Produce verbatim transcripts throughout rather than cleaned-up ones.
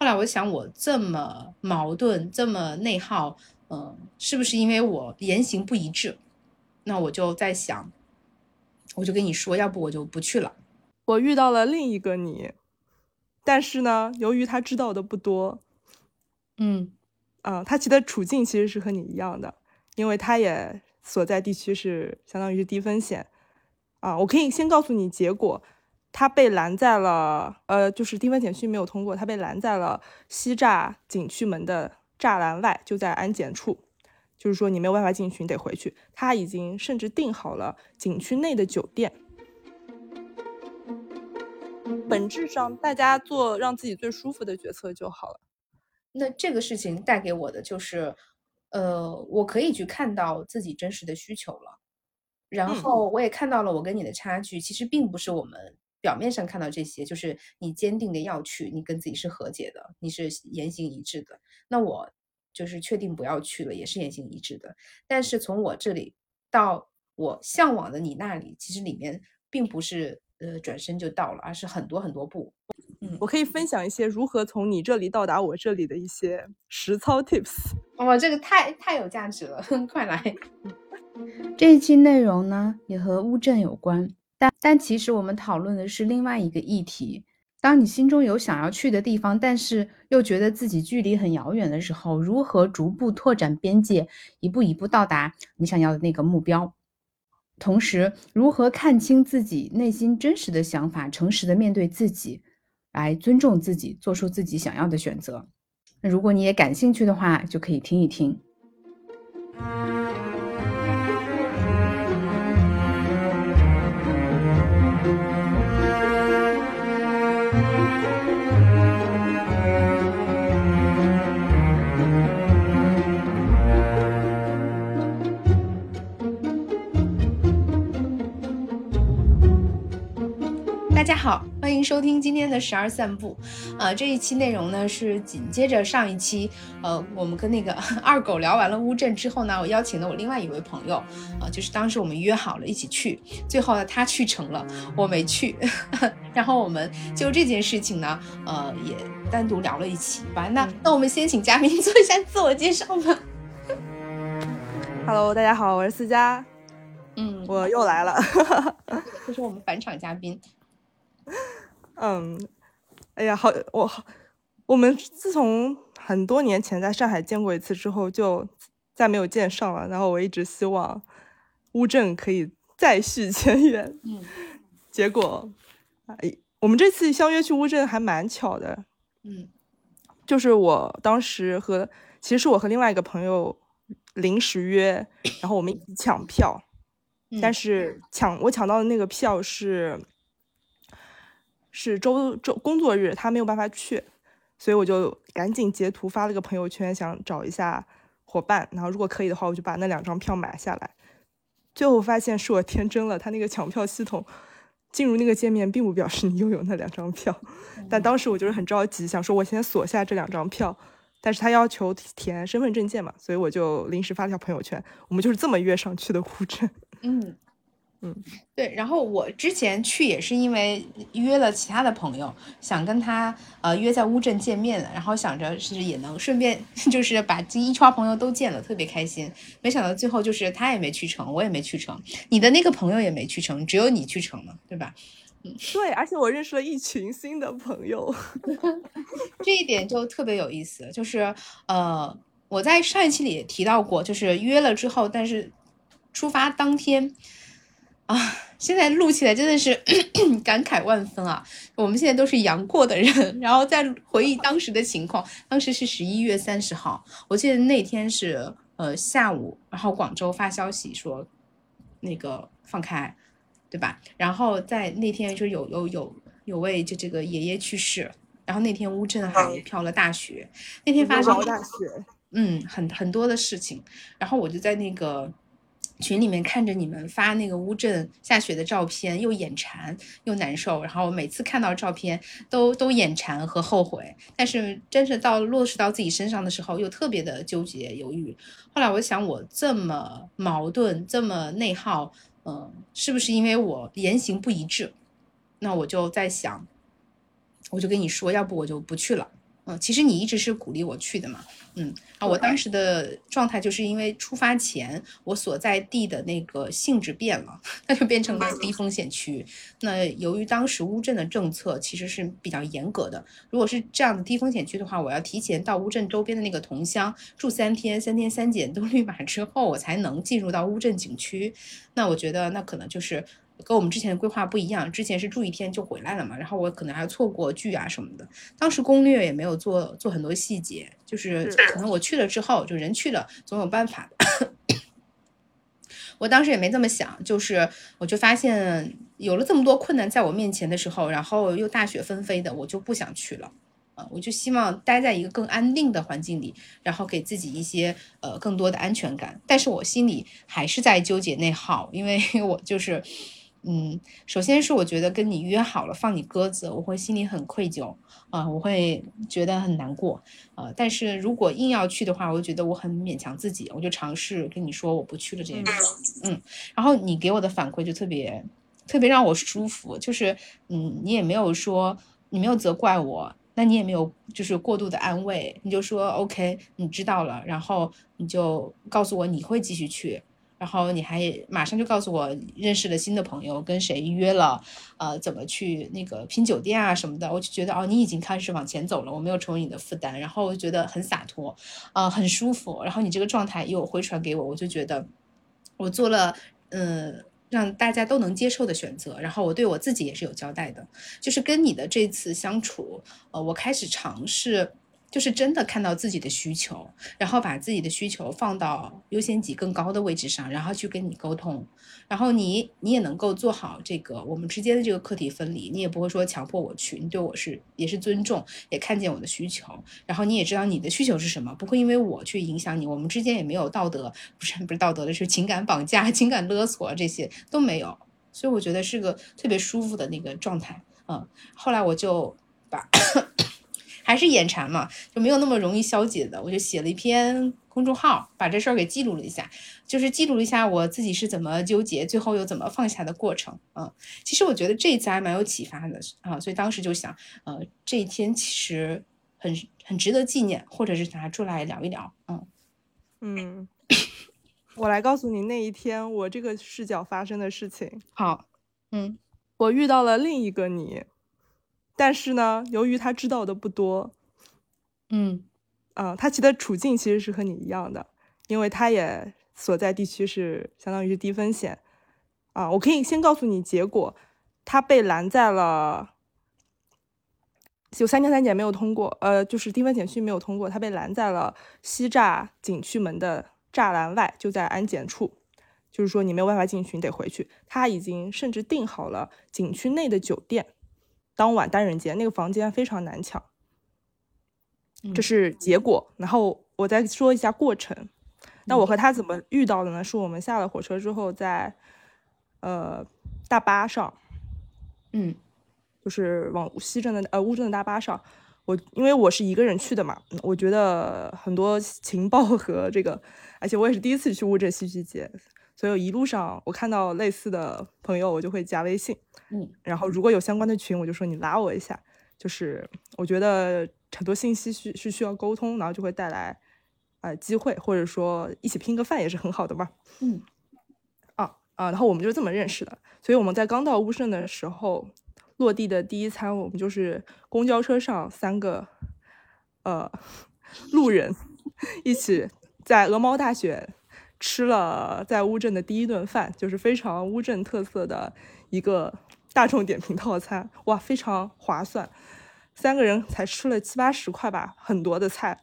后来我想我这么矛盾这么内耗，呃，是不是因为我言行不一致？那我就在想，我就跟你说，要不我就不去了。 我遇到了另一个你，但是呢，由于他知道的不多， 嗯， 啊、呃，他其的处境其实是和你一样的，因为他也所在地区是相当于是低风险啊、呃。我可以先告诉你结果，他被拦在了呃，就是低风险区没有通过，他被拦在了西栅景区门的栅栏外，就在安检处。就是说你没有办法进去，你得回去。他已经甚至订好了景区内的酒店。本质上，大家做让自己最舒服的决策就好了。 那这个事情带给我的就是，呃，我可以去看到自己真实的需求了，然后我也看到了我跟你的差距，其实并不是我们表面上看到这些，就是你坚定的要去，你跟自己是和解的，你是言行一致的。那我就是确定不要去了，也是言行一致的。但是从我这里到我向往的你那里，其实里面并不是呃转身就到了，而是很多很多步。嗯， 我可以分享一些如何从你这里到达我这里的一些实操 tips。 哇，这个太太有价值了，快来！ 这一期内容呢，也和乌镇有关，但但其实我们讨论的是另外一个议题。当你心中有想要去的地方，但是又觉得自己距离很遥远的时候，如何逐步拓展边界，一步一步到达你想要的那个目标？同时，如何看清自己内心真实的想法，诚实的面对自己，来尊重自己，做出自己想要的选择。那如果你也感兴趣的话，就可以听一听。 大家好，欢迎收听今天的十二散步。呃，这一期内容呢是紧接着上一期，呃，我们跟那个二狗聊完了乌镇之后呢，我邀请了我另外一位朋友，呃，就是当时我们约好了一起去，最后呢他去成了，我没去，然后我们就这件事情呢，呃，也单独聊了一起吧。那那我们先请嘉宾做一下自我介绍吧。 Hello， 大家好，我是思佳。 嗯， 我又来了。 这是我们返场嘉宾。 嗯，哎呀，好，我我们自从很多年前在上海见过一次之后，就再没有见上了。然后我一直希望乌镇可以再续前缘。 嗯， 结果，哎，我们这次相约去乌镇还蛮巧的。 嗯， 就是我当时和其实是我和另外一个朋友临时约，然后我们一起抢票， 嗯、 但是抢我抢到的那个票是。是周周工作日，他没有办法去，所以我就赶紧截图发了个朋友圈，想找一下伙伴，然后如果可以的话，我就把那两张票买下来。最后发现是我天真了，他那个抢票系统进入那个界面并不表示你拥有那两张票，但当时我就是很着急，想说我先锁下这两张票，但是他要求填身份证件嘛，所以我就临时发了条朋友圈，我们就是这么约上去的乌镇。 嗯。 嗯， 对，然后我之前去也是因为约了其他的朋友，想跟他呃约在乌镇见面的，然后想着是也能顺便就是把这一圈朋友都见了，特别开心。没想到最后就是他也没去成，我也没去成，你的那个朋友也没去成，只有你去成了，对吧？ 嗯，对，而且我认识了一群新的朋友， 这一点就特别有意思。就是呃，我在上一期里也提到过，就是约了之后，但是出发当天。啊，现在录起来真的是感慨万分啊！我们现在都是阳过的人，然后再回忆当时的情况。当时是十一月三十号，我记得那天是呃下午，然后广州发消息说那个放开，对吧？然后在那天就有有有有位就这个爷爷去世，然后那天乌镇还飘了大雪，那天发生大雪， 嗯很很多的事情，然后我就在那个。群里面看着你们发那个乌镇下雪的照片，又眼馋又难受，然后每次看到照片都都眼馋和后悔，但是真是到落实到自己身上的时候，又特别的纠结犹豫。后来我想，我这么矛盾，这么内耗，嗯、呃，是不是因为我言行不一致？那我就在想，我就跟你说，要不我就不去了。 嗯，其实你一直是鼓励我去的嘛，嗯，啊，我当时的状态就是因为出发前我所在地的那个性质变了，它就变成了低风险区。那由于当时乌镇的政策其实是比较严格的，如果是这样的低风险区的话，我要提前到乌镇周边的那个桐乡住三天，三天三检都绿码之后，我才能进入到乌镇景区。那我觉得那可能就是跟我们之前的规划不一样，之前是住一天就回来了嘛，然后我可能还错过剧啊什么的，当时攻略也没有做做很多细节，就是可能我去了之后，就人去了总有办法我当时也没这么想，就是我就发现有了这么多困难在我面前的时候，然后又大雪纷飞的，我就不想去了。呃，我就希望待在一个更安定的环境里，然后给自己一些呃更多的安全感。但是我心里还是在纠结内耗，因为我就是嗯，首先是我觉得跟你约好了放你鸽子，我会心里很愧疚啊、呃，我会觉得很难过呃，但是如果硬要去的话，我就觉得我很勉强自己，我就尝试跟你说我不去了这件事。嗯，然后你给我的反馈就特别特别让我舒服，就是嗯，你也没有说你没有责怪我。那你也没有就是过度的安慰，你就说 OK 你知道了，然后你就告诉我你会继续去，然后你还马上就告诉我认识了新的朋友，跟谁约了，呃，怎么去那个拼酒店啊什么的，我就觉得哦，你已经开始往前走了，我没有成为你的负担，然后我就觉得很洒脱，呃，很舒服，然后你这个状态又回传给我，我就觉得我做了，嗯、呃。让大家都能接受的选择，然后我对我自己也是有交代的，就是跟你的这次相处，呃，我开始尝试。就是真的看到自己的需求，然后把自己的需求放到优先级更高的位置上，然后去跟你沟通，然后你你也能够做好这个我们之间的这个课题分离，你也不会说强迫我去，你对我是也是尊重，也看见我的需求，然后你也知道你的需求是什么，不会因为我去影响你，我们之间也没有道德，不是不是道德的是情感绑架、情感勒索，这些都没有，所以我觉得是个特别舒服的那个状态。嗯，后来我就把还是眼馋嘛，就没有那么容易消解的，我就写了一篇公众号，把这事儿给记录了一下，就是记录了一下我自己是怎么纠结，最后又怎么放下的过程。嗯，其实我觉得这一次还蛮有启发的啊，所以当时就想，呃，这一天其实很很值得纪念，或者是拿出来聊一聊。嗯嗯，我来告诉你那一天我这个视角发生的事情。 好，嗯， 我遇到了另一个你。但是呢，由于他知道的不多， 嗯， 啊、呃，他其实的处境其实是和你一样的，因为他也所在地区是相当于是低风险，啊、呃，我可以先告诉你结果，他被拦在了，有三天三检没有通过，呃，就是低风险区没有通过，他被拦在了西栅景区门的栅栏外，就在安检处，就是说你没有办法进去，你得回去。他已经甚至订好了景区内的酒店。当晚单人间那个房间非常难抢，这是结果。然后我再说一下过程。那我和他怎么遇到的呢？是我们下了火车之后在呃大巴上， 嗯， 就是往西镇的呃乌镇的大巴上。我因为我是一个人去的嘛，我觉得很多情报和这个，而且我也是第一次去乌镇戏剧节。所以一路上我看到类似的朋友，我就会加微信， 嗯， 然后如果有相关的群，我就说你拉我一下。就是我觉得很多信息需是需要沟通，然后就会带来呃机会，或者说一起拼个饭也是很好的嘛。 嗯， 啊啊，然后我们就这么认识的。所以我们在刚到乌镇的时候，落地的第一餐，我们就是公交车上三个呃路人一起在鹅毛大雪。吃了在乌镇的第一顿饭，就是非常乌镇特色的一个大众点评套餐，哇，非常划算，三个人才吃了七八十块吧，很多的菜。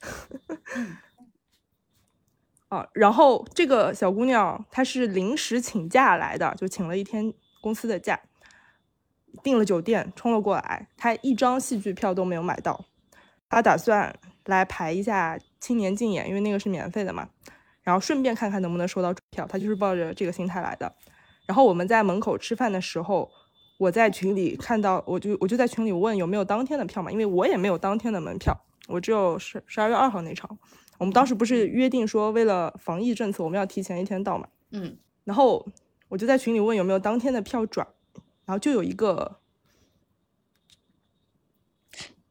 啊，然后这个小姑娘她是临时请假来的，就请了一天公司的假，订了酒店冲了过来，她一张戏剧票都没有买到，她打算来排一下青年竞演，因为那个是免费的嘛。然后顺便看看能不能收到票，他就是抱着这个心态来的。然后我们在门口吃饭的时候，我在群里看到，我就我就在群里问有没有当天的票嘛，因为我也没有当天的门票，我只有十十二月二号那场。我们当时不是约定说为了防疫政策，我们要提前一天到嘛， 嗯， 然后我就在群里问有没有当天的票转，然后就有一个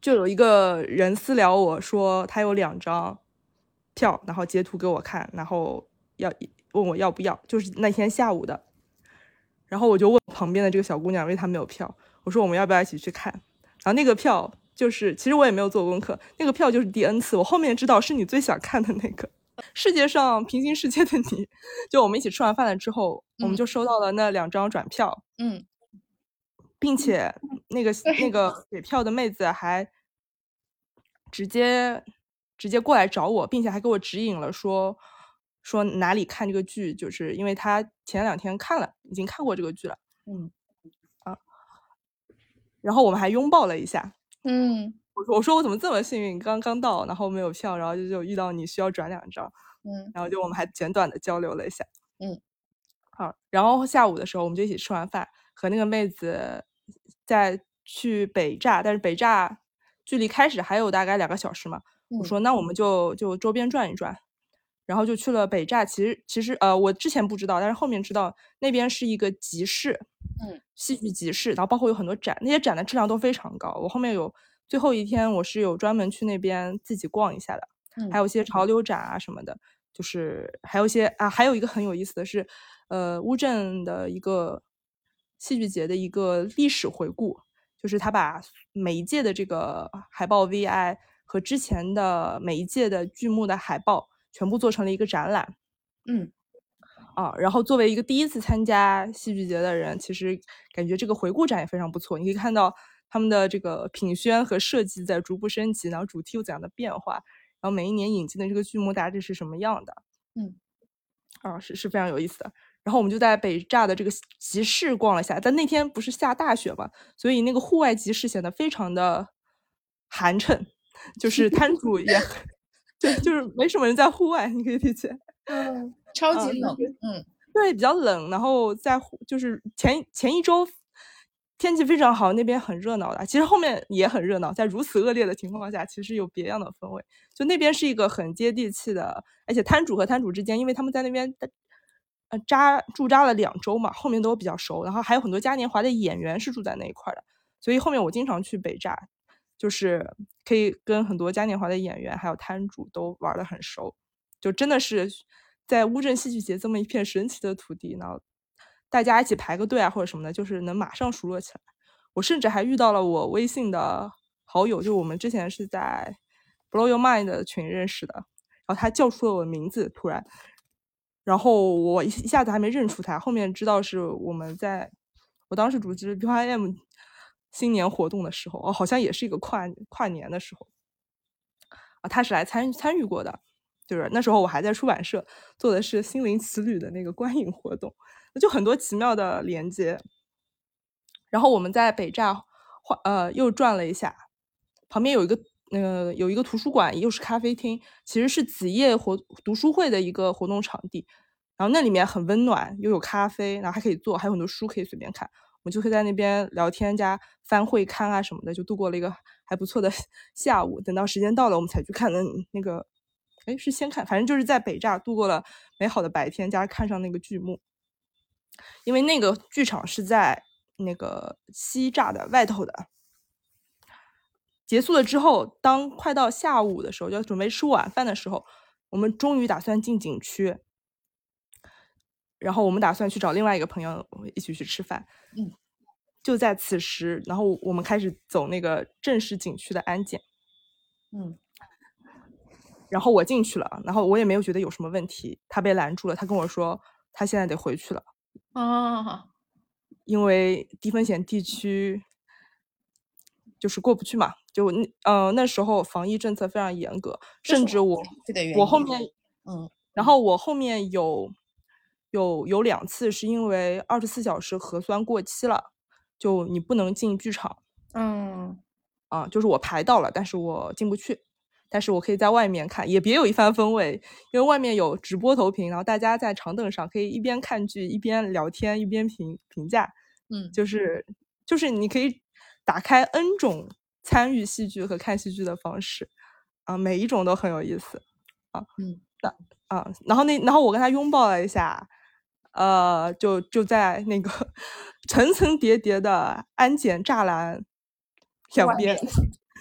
就有一个人私聊我说他有两张票，然后截图给我看，然后要问我要不要，就是那天下午的。然后我就问旁边的这个小姑娘，因为她没有票，我说我们要不要一起去看？然后那个票就是，其实我也没有做功课，那个票就是第 N 次，我后面知道是你最想看的那个世界上平行世界的你。就我们一起吃完饭了之后， 嗯我们就收到了那两张转票， 嗯， 并且那个那个给票的妹子还直接直接过来找我，并且还给我指引了说说哪里看这个剧，就是因为她前两天看了，已经看过这个剧了。 嗯啊，然后我们还拥抱了一下。 嗯， 我说我说我怎么这么幸运，刚刚到，然后没有票，然后就就遇到你需要转两张。 嗯， 然后就我们还简短的交流了一下。 嗯， 好，然后下午的时候我们就一起吃完饭，和那个妹子再去北栅，但是北栅距离开始还有大概两个小时嘛。 嗯我说那我们就就周边转一转，然后就去了北栅。其实其实呃我之前不知道，但是后面知道那边是一个集市， 嗯， 戏剧集市，然后包括有很多展，那些展的质量都非常高。我后面有最后一天我是有专门去那边自己逛一下的。 嗯还有一些潮流展啊什么的，就是还有一些啊，还有一个很有意思的是，呃，乌镇的一个戏剧节的一个历史回顾，就是他把每一届的这个海报 V I 和之前的每一届的剧目的海报全部做成了一个展览。 嗯啊，然后作为一个第一次参加戏剧节的人，其实感觉这个回顾展也非常不错。你可以看到他们的这个品宣和设计在逐步升级，然后主题有怎样的变化，然后每一年引进的这个剧目大致是什么样的。 嗯， 啊，是是非常有意思的。然后我们就在北栅的这个集市逛了一下，但那天不是下大雪嘛，所以那个户外集市显得非常的寒碜，就是摊主也对，就是没什么人在户外，你可以理解。 嗯，超级冷。嗯， 对，比较冷。然后在就是前前一周天气非常好，那边很热闹的。其实后面也很热闹，在如此恶劣的情况下，其实有别样的氛围。就那边是一个很接地气的，而且摊主和摊主之间，因为他们在那边呃扎驻扎了两周嘛，后面都比较熟。然后还有很多嘉年华的演员是住在那一块的，所以后面我经常去北栅，就是可以跟很多嘉年华的演员还有摊主都玩得很熟。就真的是在乌镇戏剧节这么一片神奇的土地，然后大家一起排个队啊或者什么的，就是能马上熟络起来。我甚至还遇到了我微信的好友，就我们之前是在 Blow Your Mind 的群认识的，然后他叫出了我的名字，突然，然后我一下子还没认出他，后面知道是我们在我当时组织 B Y M 新年活动的时候，哦，好像也是一个跨跨年的时候啊，他是来参参与过的。就是那时候我还在出版社做的是心灵奇旅的那个观影活动，就很多奇妙的连接。然后我们在北栅呃又转了一下，旁边有一个呃有一个图书馆，又是咖啡厅，其实是子夜活读书会的一个活动场地。然后那里面很温暖，又有咖啡，然后还可以坐，还有很多书可以随便看。我们就可以在那边聊天加翻会刊啊什么的，就度过了一个还不错的下午。等到时间到了，我们才去看的那个。哎，是先看，反正就是在北栅度过了美好的白天，加看上那个剧目。因为那个剧场是在那个西栅的外头的。结束了之后，当快到下午的时候，就准备吃晚饭的时候，我们终于打算进景区。然后我们打算去找另外一个朋友一起去吃饭。 嗯， 就在此时，然后我们开始走那个正式景区的安检。 嗯。 然后我进去了，然后我也没有觉得有什么问题，他被拦住了，他跟我说他现在得回去了。 啊， 因为低风险地区就是过不去嘛，就呃那时候防疫政策非常严格，甚至我我后面嗯， 然后我后面有有有两次是因为二十四小时核酸过期了，就你不能进剧场。 嗯， 啊，就是我排到了，但是我进不去。但是我可以在外面看，也别有一番风味，因为外面有直播投屏，然后大家在长凳上可以一边看剧一边聊天一边评评价。 嗯， 就是就是你可以打开 N 种参与戏剧和看戏剧的方式啊，每一种都很有意思啊。 嗯， 那啊，然后那然后我跟他拥抱了一下，呃，就就在那个层层叠叠的安检栅栏两边。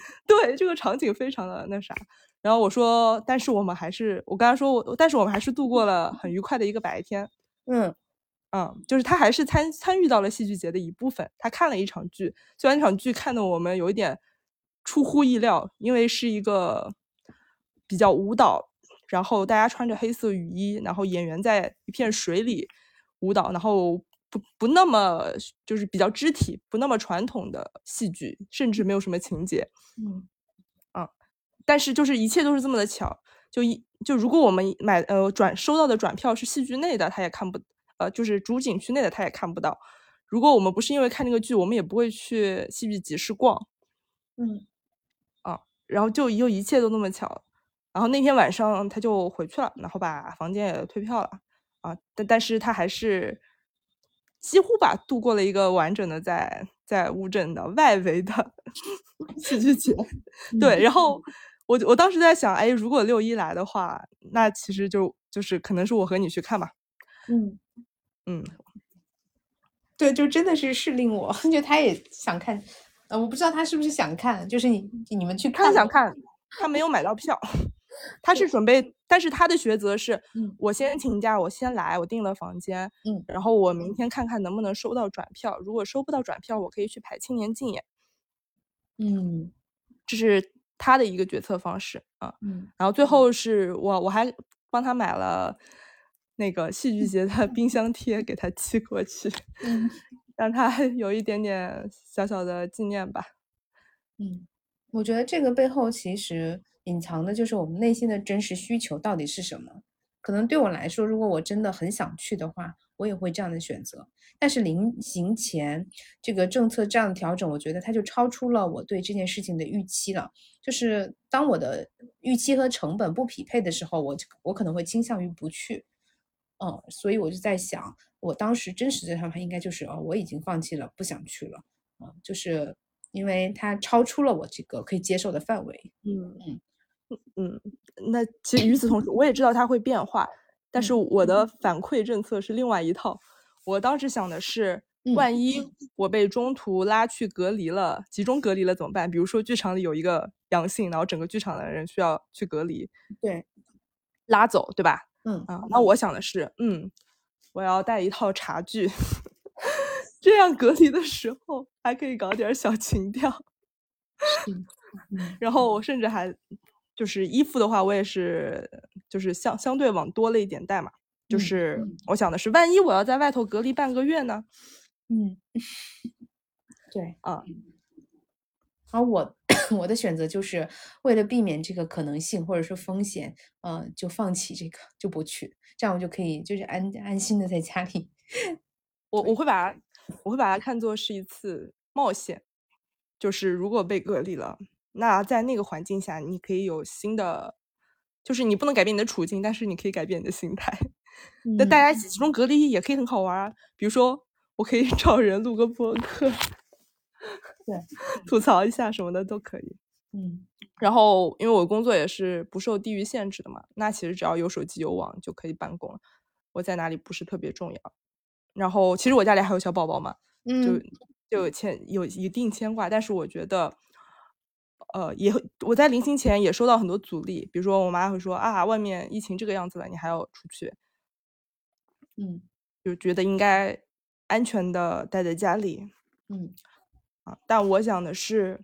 对，这个场景非常的那啥。然后我说，但是我们还是，我刚才说我，但是我们还是度过了很愉快的一个白天。 嗯嗯，就是他还是参参与到了戏剧节的一部分，他看了一场剧，虽然那场剧看的我们有一点出乎意料，因为是一个比较舞蹈，然后大家穿着黑色雨衣，然后演员在一片水里舞蹈，然后不不那么就是比较肢体，不那么传统的戏剧，甚至没有什么情节。 嗯嗯，但是就是一切都是这么的巧，就一就如果我们买呃转收到的转票是戏剧内的，他也看不呃就是主景区内的他也看不到。如果我们不是因为看那个剧，我们也不会去戏剧集市逛。 嗯啊，然后就又一切都那么巧，然后那天晚上他就回去了，然后把房间也退票了啊，但但是他还是几乎吧度过了一个完整的在在乌镇的外围的戏剧节。对，然后我我当时在想，哎，如果六一来的话，那其实就就是可能是我和你去看吧。 嗯嗯， 对，就真的是是令我，就他也想看，呃，我不知道他是不是想看，就是你你们去看， 他想看，他没有买到票，他是准备，但是他的抉择是， 嗯我先请假，我先来，我订了房间， 嗯然后我明天看看能不能收到转票，如果收不到转票，我可以去排青年竞演， 嗯这是他的一个决策方式啊。 嗯然后最后是我我还帮他买了那个戏剧节的冰箱贴给他寄过去， 嗯让他有一点点小小的纪念吧。 嗯，我觉得这个背后其实隐藏的就是我们内心的真实需求到底是什么。可能对我来说，如果我真的很想去的话，我也会这样的选择。但是临行前这个政策这样的调整，我觉得它就超出了我对这件事情的预期了。就是当我的预期和成本不匹配的时候，我我可能会倾向于不去。嗯，所以我就在想，我当时真实的想法应该就是哦，我已经放弃了，不想去了。嗯，就是因为它超出了我这个可以接受的范围。 嗯嗯嗯，那其实与此同时，我也知道它会变化，但是嗯我的反馈政策是另外一套。我当时想的是， 嗯万一我被中途拉去隔离了，集中隔离了怎么办？比如说剧场里有一个阳性，然后整个剧场的人需要去隔离， 对， 拉走，对吧？ 嗯啊，那我想的是，嗯，我要带一套茶具，这样隔离的时候还可以搞点小情调。 嗯嗯然后我甚至还就是衣服的话，我也是就是相相对往多了一点带嘛。就嗯是我想的是，万一我要在外头隔离半个月呢？ 嗯，对。 啊， 而我我的选择就是为了避免这个可能性或者说风险，呃，就放弃这个，就不去，这样我就可以就是安安心的在家里。 我我会把它我会把它看作是一次冒险，就是如果被隔离了，那在那个环境下，你可以有新的，就是你不能改变你的处境，但是你可以改变你的心态。那大嗯家一起集中隔离也可以很好玩啊，比如说我可以找人录个播客， 对， 吐槽一下什么的都可以。 嗯然后因为我工作也是不受地域限制的嘛，那其实只要有手机有网就可以办公了，我在哪里不是特别重要。然后其实我家里还有小宝宝嘛，就嗯就有牵有一定牵挂，但是我觉得，呃，也我在临行前也收到很多阻力，比如说我妈会说啊，外面疫情这个样子了，你还要出去， 嗯就觉得应该安全的待在家里嗯啊。但我想的是，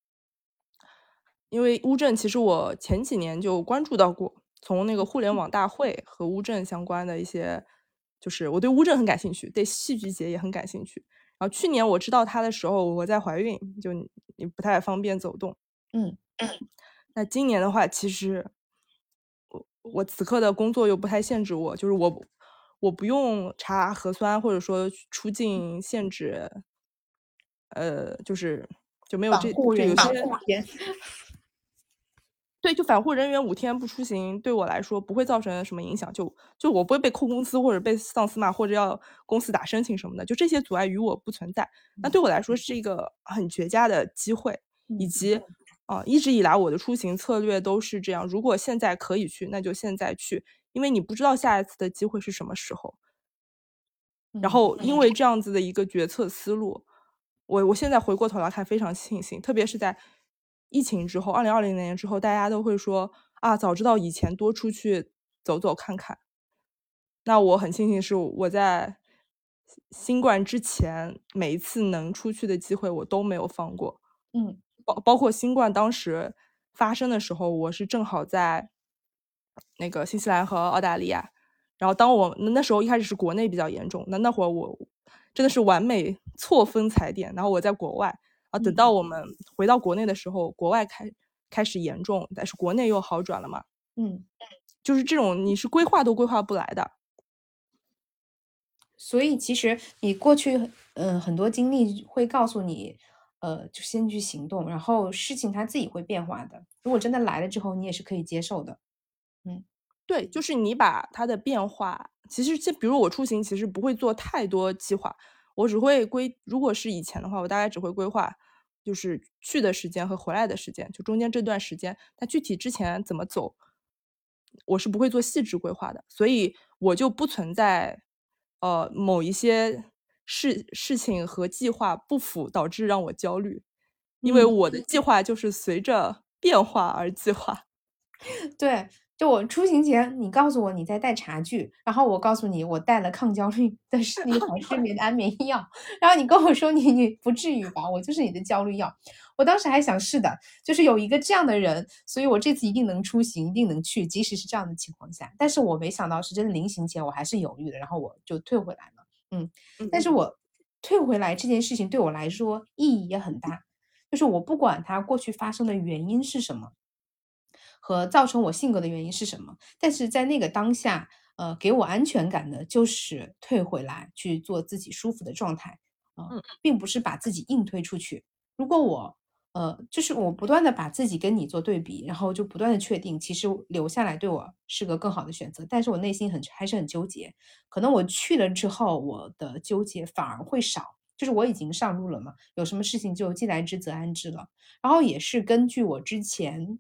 因为乌镇其实我前几年就关注到过，从那个互联网大会和乌镇相关的一些，就是我对乌镇很感兴趣，对戏剧节也很感兴趣。然后去年我知道它的时候，我在怀孕，就你不太方便走动。 嗯那今年的话，其实我我此刻的工作又不太限制我，就是我我不用查核酸或者说出境限制，呃，就是就没有防这护人就有些员。 对，就返沪人员五天不出行，对我来说不会造成什么影响，就就我不会被扣工资或者被上司骂或者要公司打申请什么的，就这些阻碍于我不存在。那对我来说是一个很绝佳的机会，以及啊、呃，一直以来我的出行策略都是这样，如果现在可以去，那就现在去，因为你不知道下一次的机会是什么时候。然后因为这样子的一个决策思路，我我现在回过头来看非常庆幸，特别是在疫情之后，二零二零年之后，大家都会说啊，早知道以前多出去走走看看。那我很庆幸是我在新冠之前每一次能出去的机会我都没有放过。 嗯， 包包括新冠当时发生的时候，我是正好在那个新西兰和澳大利亚。然后当我那时候一开始是国内比较严重，那那会儿我真的是完美错峰踩点，然后我在国外啊，等到我们回到国内的时候，国外开开始严重，但是国内又好转了嘛。 嗯， 就是这种你是规划都规划不来的。 所以其实你过去嗯、呃、很多经历会告诉你，呃，就先去行动，然后事情它自己会变化的。如果真的来了之后，你也是可以接受的。嗯， 对，就是你把它的变化，其实就比如我出行，其实不会做太多计划，我只会规。如果是以前的话，我大概只会规划就是去的时间和回来的时间，就中间这段时间。但具体之前怎么走，我是不会做细致规划的，所以我就不存在呃某一些事事情和计划不符导致让我焦虑，因为我的计划就是随着变化而计划。 对，就我出行前，你告诉我你在带茶具，然后我告诉你我带了抗焦虑的那个防失眠的安眠药，然后你跟我说你你不至于吧，我就是你的焦虑药。我当时还想是的，就是有一个这样的人，所以我这次一定能出行，一定能去，即使是这样的情况下。但是我没想到是真的临行前我还是犹豫的，然后我就退回来了。嗯，但是我退回来这件事情对我来说意义也很大，就是我不管它过去发生的原因是什么。和造成我性格的原因是什么？但是在那个当下，呃，给我安全感的就是退回来去做自己舒服的状态，啊、呃，并不是把自己硬推出去。如果我，呃，就是我不断的把自己跟你做对比，然后就不断的确定，其实留下来对我是个更好的选择。但是我内心很还是很纠结，可能我去了之后，我的纠结反而会少。就是我已经上路了嘛，有什么事情就既来之则安之了。然后也是根据我之前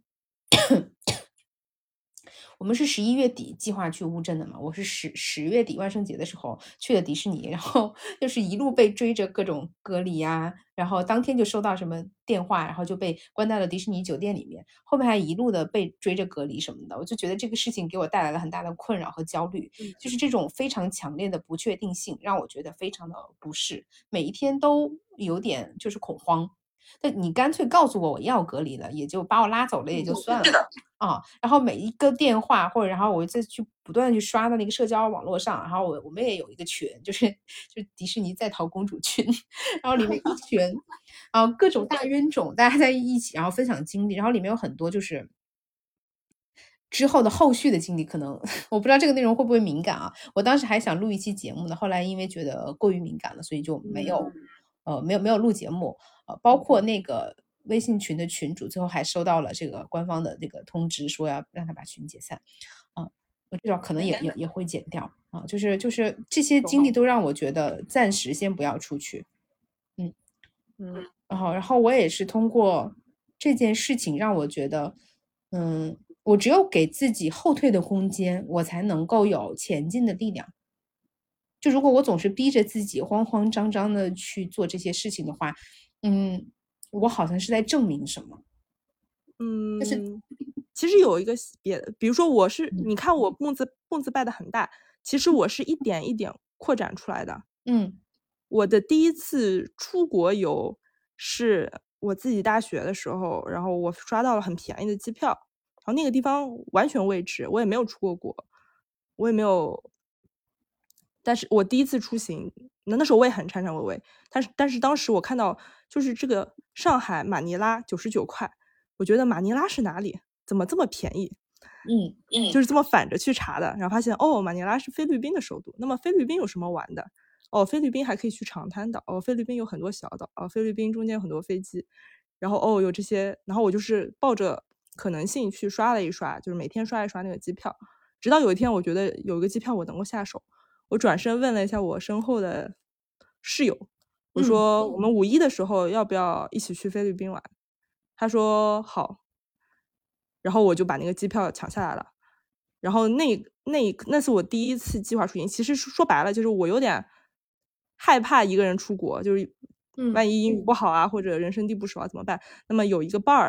我们是十一月底计划去乌镇的嘛，我是十十月底万圣节的时候去的迪士尼，然后就是一路被追着各种隔离啊，然后当天就收到什么电话，然后就被关到了迪士尼酒店里面，后面还一路的被追着隔离什么的，我就觉得这个事情给我带来了很大的困扰和焦虑，就是这种非常强烈的不确定性让我觉得非常的不适，每一天都有点就是恐慌。但你干脆告诉我我要隔离了，也就把我拉走了也就算了啊。然后每一个电话或者然后我再去不断去刷到那个社交网络上，然后我我们也有一个群，就是就是迪士尼在逃公主群，然后里面一群，然后各种大冤种大家在一起，然后分享经历，然后里面有很多就是之后的后续的经历，可能我不知道这个内容会不会敏感啊。我当时还想录一期节目呢，后来因为觉得过于敏感了，所以就没有。呃，没有没有录节目，呃，包括那个微信群的群主，最后还收到了这个官方的那个通知，说要让他把群解散，啊、呃，我知道可能也也也会剪掉啊、呃，就是就是这些经历都让我觉得暂时先不要出去，嗯嗯，然后然后我也是通过这件事情让我觉得，嗯，我只有给自己后退的空间，我才能够有前进的力量。就如果我总是逼着自己慌慌张张的去做这些事情的话，嗯，我好像是在证明什么。 嗯，就是其实有一个别的，比如说我是，你看我梦字梦字拜的很大，其实我是一点一点扩展出来的。 嗯， 我的第一次出国游是我自己大学的时候，然后我刷到了很便宜的机票，然后那个地方完全未知，我也没有出过国，我也没有。但是我第一次出行，那那时候我也很颤颤巍巍。但是但是当时我看到就是这个上海马尼拉九十九块，我觉得马尼拉是哪里？怎么这么便宜？ 嗯嗯， 就是这么反着去查的，然后发现哦，马尼拉是菲律宾的首都。那么菲律宾有什么玩的？哦，菲律宾还可以去长滩岛。哦，菲律宾有很多小岛。哦，菲律宾中间有很多飞机。然后哦有这些，然后我就是抱着可能性去刷了一刷，就是每天刷一刷那个机票，直到有一天我觉得有一个机票我能够下手。我转身问了一下我身后的室友，我说我们五一的时候要不要一起去菲律宾玩？他说好，然后我就把那个机票抢下来了。然后那那那是我第一次计划出行，其实说白了就是我有点害怕一个人出国，就是万一英语不好啊，或者人生地不熟啊怎么办？那么有一个伴儿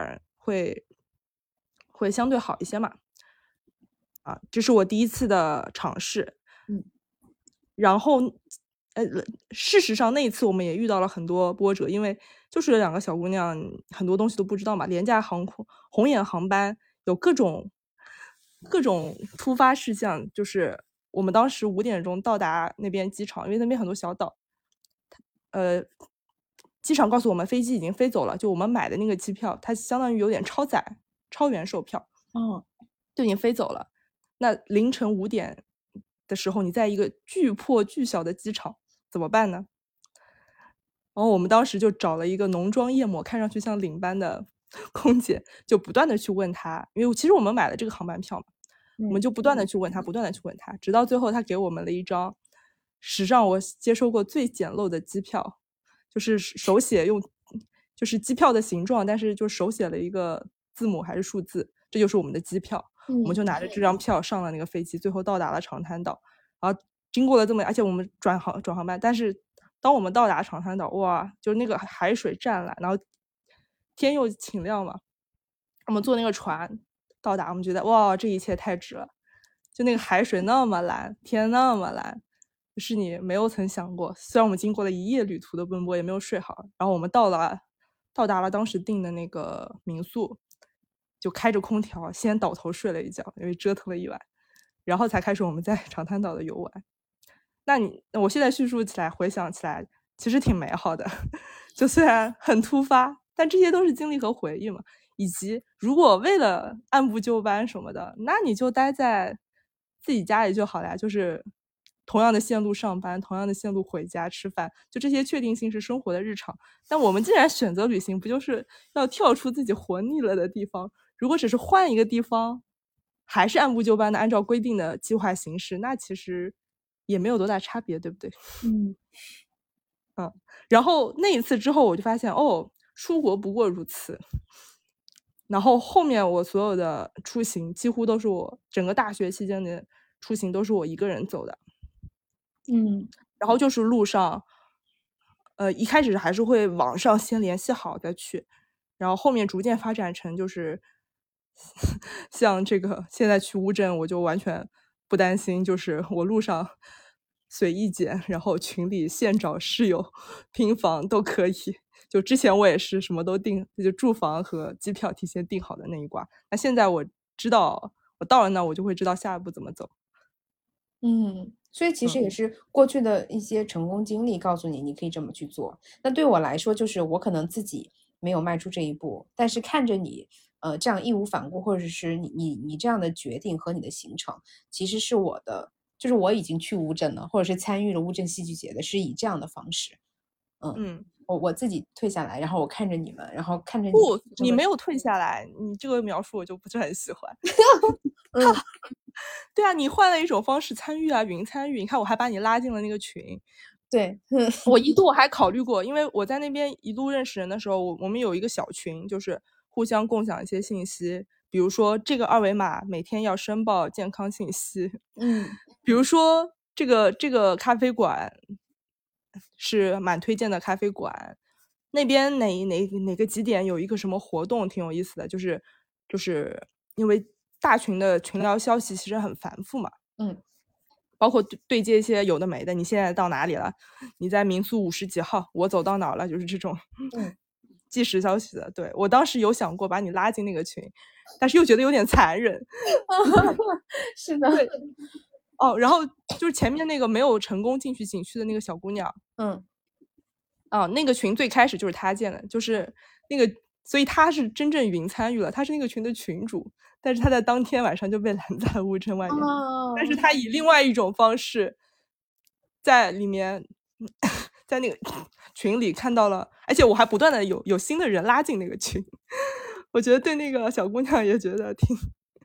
会会相对好一些嘛。啊，这是我第一次的尝试。 嗯， 然后呃，事实上那一次我们也遇到了很多波折，因为就是两个小姑娘很多东西都不知道嘛，廉价航空红眼航班有各种各种突发事项，就是我们当时五点钟到达那边机场，因为那边很多小岛，呃，机场告诉我们飞机已经飞走了，就我们买的那个机票，它相当于有点超载、超员售票， 哦， 就已经飞走了。那凌晨五点的时候，你在一个巨破巨小的机场怎么办呢？然后我们当时就找了一个浓妆艳抹、看上去像领班的空姐，就不断的去问她，因为其实我们买了这个航班票嘛，我们就不断的去问她，不断的去问她，直到最后她给我们了一张史上我接收过最简陋的机票，就是手写用，就是机票的形状，但是就手写了一个字母还是数字，这就是我们的机票。 嗯， 我们就拿着这张票上了那个飞机，最后到达了长滩岛。然后经过了这么，而且我们转航转航班，但是当我们到达长滩岛，哇，就那个海水湛蓝，然后天又晴亮嘛，我们坐那个船到达，我们觉得哇，这一切太值了。就那个海水那么蓝，天那么蓝，就是你没有曾想过。虽然我们经过了一夜旅途的奔波，也没有睡好，然后我们到了到达了当时订的那个民宿，就开着空调，先倒头睡了一觉，因为折腾了一晚，然后才开始我们在长滩岛的游玩。那你我现在叙述起来，回想起来，其实挺美好的。就虽然很突发，但这些都是经历和回忆嘛。以及如果为了按部就班什么的，那你就待在自己家里就好了呀，就是同样的线路上班，同样的线路回家吃饭，就这些确定性是生活的日常。但我们既然选择旅行，不就是要跳出自己活腻了的地方？如果只是换一个地方，还是按部就班的按照规定的计划行事，那其实也没有多大差别，对不对？ 嗯嗯，然后那一次之后，我就发现哦，出国不过如此。然后后面我所有的出行几乎都是我整个大学期间的出行都是我一个人走的。 嗯， 然后就是路上，呃，一开始还是会网上先联系好再去，然后后面逐渐发展成就是像这个现在去乌镇，我就完全不担心，就是我路上随意捡，然后群里现找室友拼房都可以。就之前我也是什么都订，就住房和机票提前订好的那一挂。那现在我知道，我到了那我就会知道下一步怎么走。 嗯，所以其实也是过去的一些成功经历告诉你，你可以这么去做。那对我来说，就是我可能自己没有迈出这一步，但是看着你，呃，这样义无反顾，或者是你你你这样的决定和你的行程，其实是我的，就是我已经去乌镇了，或者是参与了乌镇戏剧节的，是以这样的方式。嗯， 嗯， 我我自己退下来，然后我看着你们，然后看着你不， 这么你没有退下来，你这个描述我就不是很喜欢。 嗯对啊，你换了一种方式参与啊，云参与。你看，我还把你拉进了那个群。 对， 我一度还考虑过，因为我在那边一路认识人的时候，我我们有一个小群，就是互相共享一些信息，比如说这个二维码每天要申报健康信息， 嗯比如说这个这个咖啡馆是蛮推荐的咖啡馆，那边哪哪哪个几点有一个什么活动挺有意思的，就是就是因为大群的群聊消息其实很繁复嘛， 嗯包括对对接一些有的没的，你现在到哪里了？你在民宿五十几号，我走到哪儿了？就是这种嗯即时消息的。对，我当时有想过把你拉进那个群，但是又觉得有点残忍。 是的， 对，哦，然后就是前面那个没有成功进去景区的那个小姑娘， 嗯啊，那个群最开始就是她建的，就是那个，所以她是真正云参与了，她是那个群的群主，但是她在当天晚上就被拦在乌镇外面， 哦， 但是她以另外一种方式在里面，在那个群里看到了，而且我还不断的有有新的人拉进那个群，我觉得对那个小姑娘也觉得挺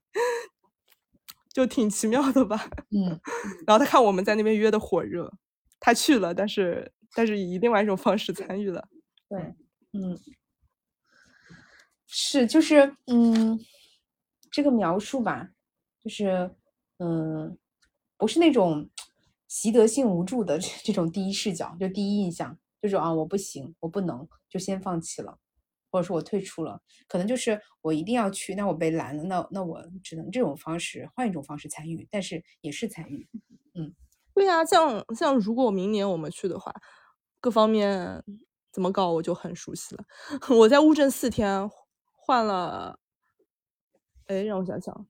就挺奇妙的吧。 嗯然后她看我们在那边约的火热，她去了，但是但是以另外一种方式参与了。 对，嗯，是，就是，嗯，这个描述吧，就是，嗯，不是那种习得性无助的这种第一视角，就第一印象，就是啊，我不行，我不能，就先放弃了。 或者说我退出了，可能就是我一定要去，那我被拦了，那那我只能这种方式换一种方式参与，但是也是参与。嗯， 对呀、像像如果明年我们去的话，各方面怎么搞我就很熟悉了。我在乌镇四天换了，哎，让我想想，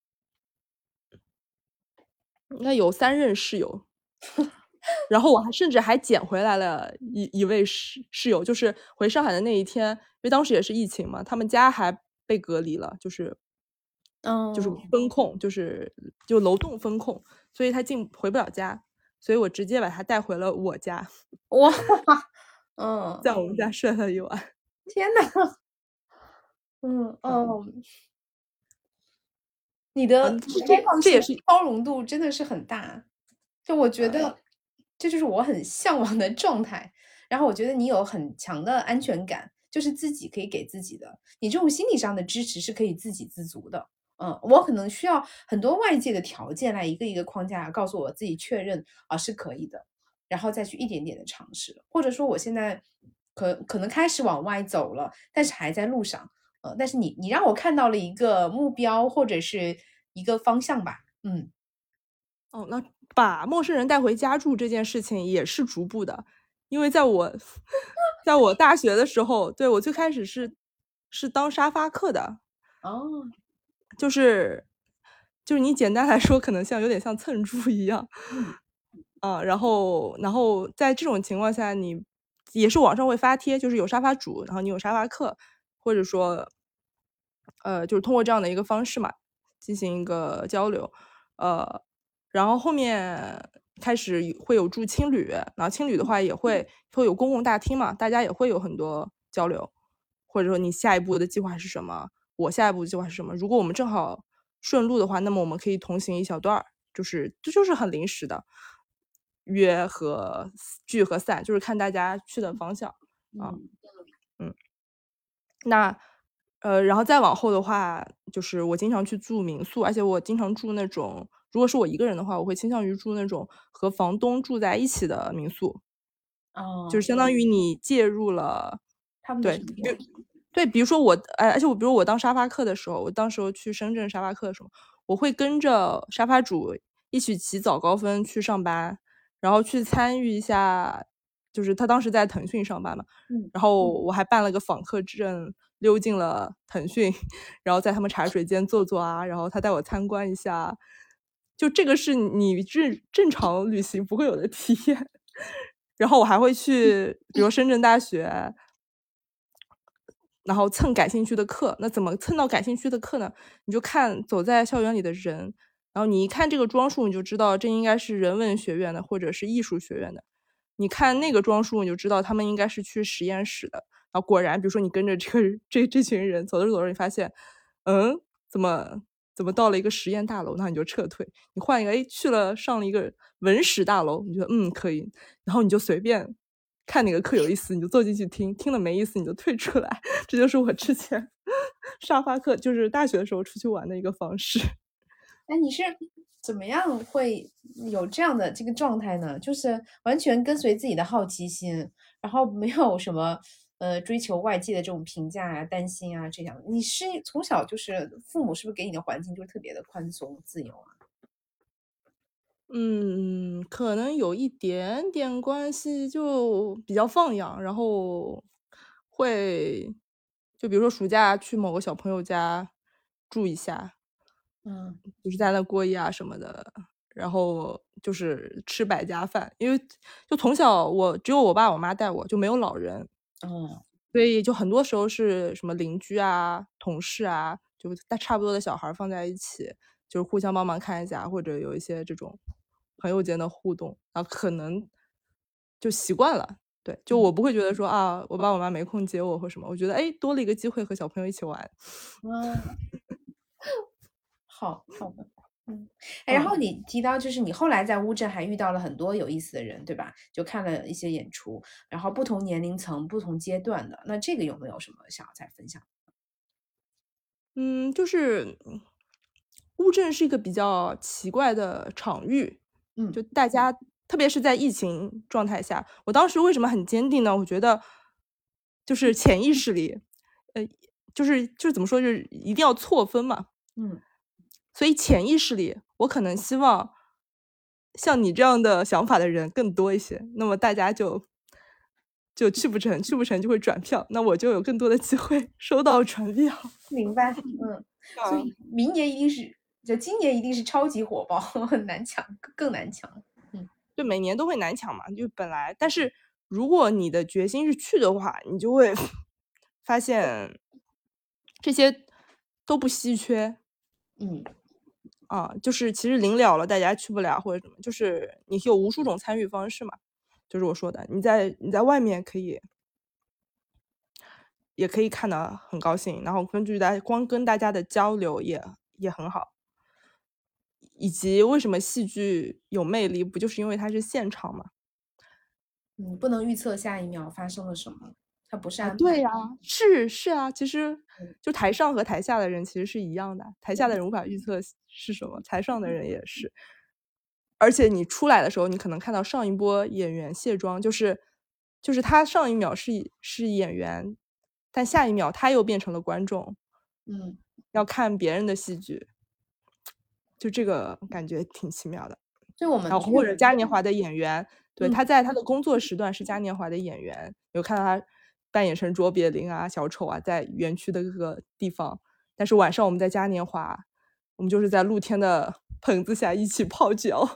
应该有三任室友。然后我还甚至还捡回来了一一位室室友，就是回上海的那一天，因为当时也是疫情嘛，他们家还被隔离了，就是就是哦， 封控，就是就楼栋封控，所以他进回不了家，所以我直接把他带回了我家， 哇，嗯， 在我们家睡了一晚。 天哪，嗯哦，你的嗯，这开放性、 这也是包容度真的是很大，就我觉得这就是我很向往的状态。然后我觉得你有很强的安全感，就是自己可以给自己的，你这种心理上的支持是可以自给自足的。嗯，我可能需要很多外界的条件来一个一个框架告诉我自己确认啊是可以的，然后再去一点点的尝试，或者说我现在可可能开始往外走了，但是还在路上。呃，但是你你让我看到了一个目标或者是一个方向吧，嗯。 哦，那把陌生人带回家住这件事情也是逐步的，因为在我在我大学的时候，对，我最开始是是当沙发客的， 哦， 就是就是你简单来说，可能像有点像蹭住一样， 嗯， 啊，然后然后在这种情况下，你也是网上会发帖，就是有沙发主，然后你有沙发客，或者说呃，就是通过这样的一个方式嘛，进行一个交流，呃，然后后面开始会有住青旅，然后青旅的话也会会有公共大厅嘛，大家也会有很多交流，或者说你下一步的计划是什么，我下一步的计划是什么。如果我们正好顺路的话，那么我们可以同行一小段儿，就是这就是很临时的约和聚和散，就是看大家去的方向啊， 嗯， 嗯。那呃，然后再往后的话，就是我经常去住民宿，而且我经常住那种，如果是我一个人的话，我会倾向于住那种和房东住在一起的民宿，就哦， 是相当于你介入了， 他们的对， 生活， 比对，比如说我，哎，而且我比如我当沙发客的时候，我当时候去深圳沙发客的时候，我会跟着沙发主一起起早高峰去上班，然后去参与一下，就是他当时在腾讯上班嘛， 嗯， 然后我还办了个访客证，溜进了腾讯，然后在他们茶水间坐坐啊，然后他带我参观一下，就这个是你正正常旅行不会有的体验。然后我还会去，比如深圳大学，然后蹭感兴趣的课。那怎么蹭到感兴趣的课呢？你就看走在校园里的人，然后你一看这个装束，你就知道这应该是人文学院的或者是艺术学院的。你看那个装束，你就知道他们应该是去实验室的。然后果然，比如说你跟着这个这这群人走着走着，你发现，嗯，怎么怎么到了一个实验大楼，那你就撤退。你换一个，哎，去了上了一个文史大楼，你觉得嗯可以，然后你就随便看哪个课有意思，你就坐进去听，听了没意思你就退出来。这就是我之前沙发课，就是大学的时候出去玩的一个方式。 哎，你是怎么样会有这样的这个状态呢？就是完全跟随自己的好奇心，然后没有什么呃追求外界的这种评价啊、担心啊这样。你是从小就是父母是不是给你的环境就是特别的宽松自由啊？ 嗯，可能有一点点关系，就比较放养，然后会就比如说暑假去某个小朋友家住一下， 嗯， 就是在那过夜啊什么的，然后就是吃百家饭，因为就从小我只有我爸我妈带我，就没有老人， 哦， 所以就很多时候是什么邻居啊、同事啊，就大差不多的小孩放在一起，就是互相帮忙看一下，或者有一些这种朋友间的互动，然后可能就习惯了。对，就我不会觉得说啊，我爸我妈没空接我或什么，我觉得哎，多了一个机会和小朋友一起玩。 嗯，好好的。嗯，哎，然嗯。 后你提到就是你后来在乌镇还遇到了很多有意思的人，对吧？就看了一些演出，然后不同年龄层、不同阶段的，那这个有没有什么想要再分享？ 嗯，就是乌镇是一个比较奇怪的场域， 嗯就大家特别是在疫情状态下，我当时为什么很坚定呢？我觉得就是潜意识里呃，就是就是怎么说，就是一定要错分嘛。 嗯， 所以潜意识里，我可能希望像你这样的想法的人更多一些。那么大家就就去不成，去不成就会转票，那我就有更多的机会收到传票。 明白，嗯，所以明年一定是，就今年一定是超级火爆，很难抢，更难抢。嗯， 就每年都会难抢嘛，就本来，但是如果你的决心是去的话，你就会发现这些都不稀缺。 嗯， 啊，就是其实临了了，大家去不了或者什么，就是你有无数种参与方式嘛。就是我说的，你在你在外面可以，也可以看得很高兴，然后根据大家光跟大家的交流也也很好。以及为什么戏剧有魅力，不就是因为它是现场嘛？ 你不能预测下一秒发生了什么，它不是啊， 安排。 对呀，是是啊，其实嗯就台上和台下的人其实是一样的，台下的人无法预测是什么，台上的人也是。而且你出来的时候，你可能看到上一波演员卸妆，就是就是他上一秒是是演员，但下一秒他又变成了观众， 嗯， 要看别人的戏剧，就这个感觉挺奇妙的。 所以我们然后或者嘉年华的演员，对， 嗯他在他的工作时段是嘉年华的演员，有看到他扮演成卓别林啊、小丑啊，在园区的各个地方。但是晚上我们在嘉年华，我们就是在露天的棚子下一起泡脚，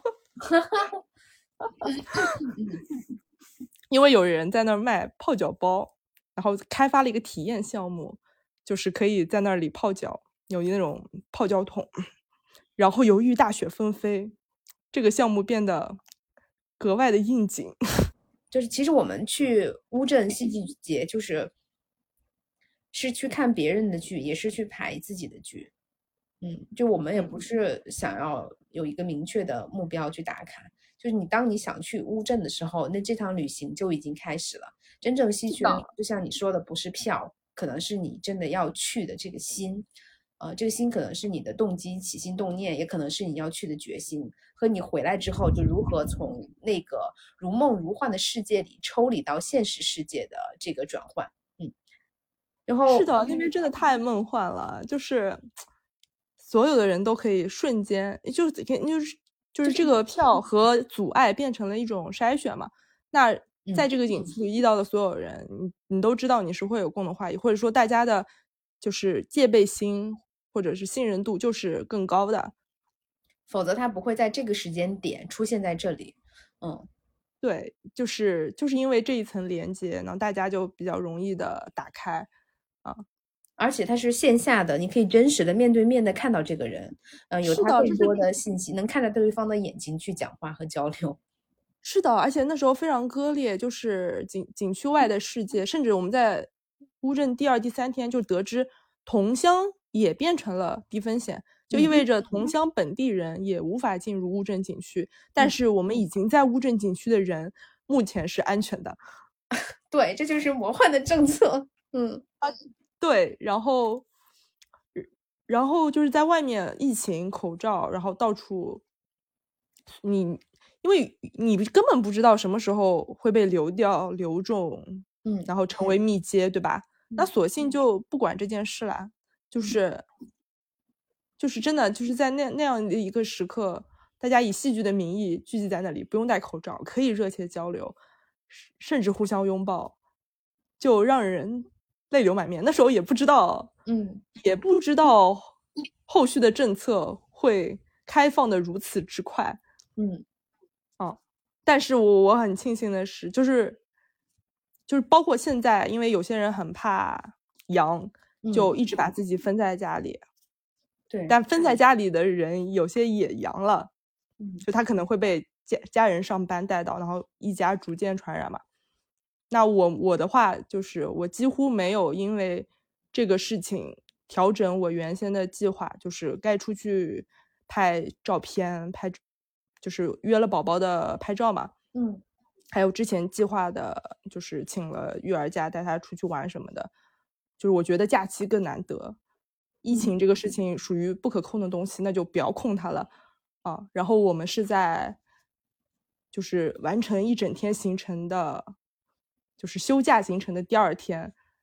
因为有人在那儿卖泡脚包，然后开发了一个体验项目，就是可以在那里泡脚，有那种泡脚桶。然后由于大雪纷飞，这个项目变得格外的应景。 就是其实我们去乌镇戏剧节，就是是去看别人的剧，也是去排自己的剧。嗯，就我们也不是想要有一个明确的目标去打卡，就是你当你想去乌镇的时候，那这趟旅行就已经开始了。真正吸取的，就像你说的，不是票，可能是你真的要去的这个心。呃，这个心可能是你的动机、起心动念，也可能是你要去的决心，和你回来之后就如何从那个如梦如幻的世界里抽离到现实世界的这个转换。嗯，然后是的，那边真的太梦幻了，就是所有的人都可以瞬间，就是就是就是这个票和阻碍变成了一种筛选嘛。那在这个景区里遇到的所有人，你你都知道你是会有共同话题，或者说大家的就是戒备心或者是信任度就是更高的， 否则他不会在这个时间点出现在这里。嗯， 对，就是就是因为这一层连接，然后大家就比较容易的打开啊。 而且它是线下的，你可以真实的面对面的看到这个人，嗯、呃，有他更多的信息，能看着对方的眼睛去讲话和交流。 是的，而且那时候非常割裂，就是景景区外的世界，甚至我们在乌镇第二、第三天就得知同乡也变成了低风险，就意味着同乡本地人也无法进入乌镇景区。但是我们已经在乌镇景区的人目前是安全的。 对，这就是魔幻的政策。嗯啊，对，然后然后就是在外面疫情口罩，然后到处你。因为你根本不知道什么时候会被流掉、流中， 嗯， 然后成为密接，对吧？ 嗯、 那索性就不管这件事啦，就是就是真的就是在那那样的一个时刻，大家以戏剧的名义聚集在那里，不用戴口罩，可以热切交流，甚至互相拥抱，就让人泪流满面。那时候也不知道， 嗯， 也不知道后续的政策会开放的如此之快， 嗯。 哦，但是我我很庆幸的是，就是就是包括现在，因为有些人很怕阳，就一直把自己分在家里。 嗯、对， 但分在家里的人有些也阳了， 嗯， 就他可能会被家家人上班带到，然后一家逐渐传染嘛。那我我的话就是我几乎没有因为这个事情调整我原先的计划，就是该出去拍照片拍。就是约了宝宝的拍照嘛， 嗯， 还有之前计划的，就是请了育儿假带他出去玩什么的，就是我觉得假期更难得。疫情这个事情属于不可控的东西，那就不要控它了啊。然后我们是在就是完成一整天行程的，就是休假行程的第二天，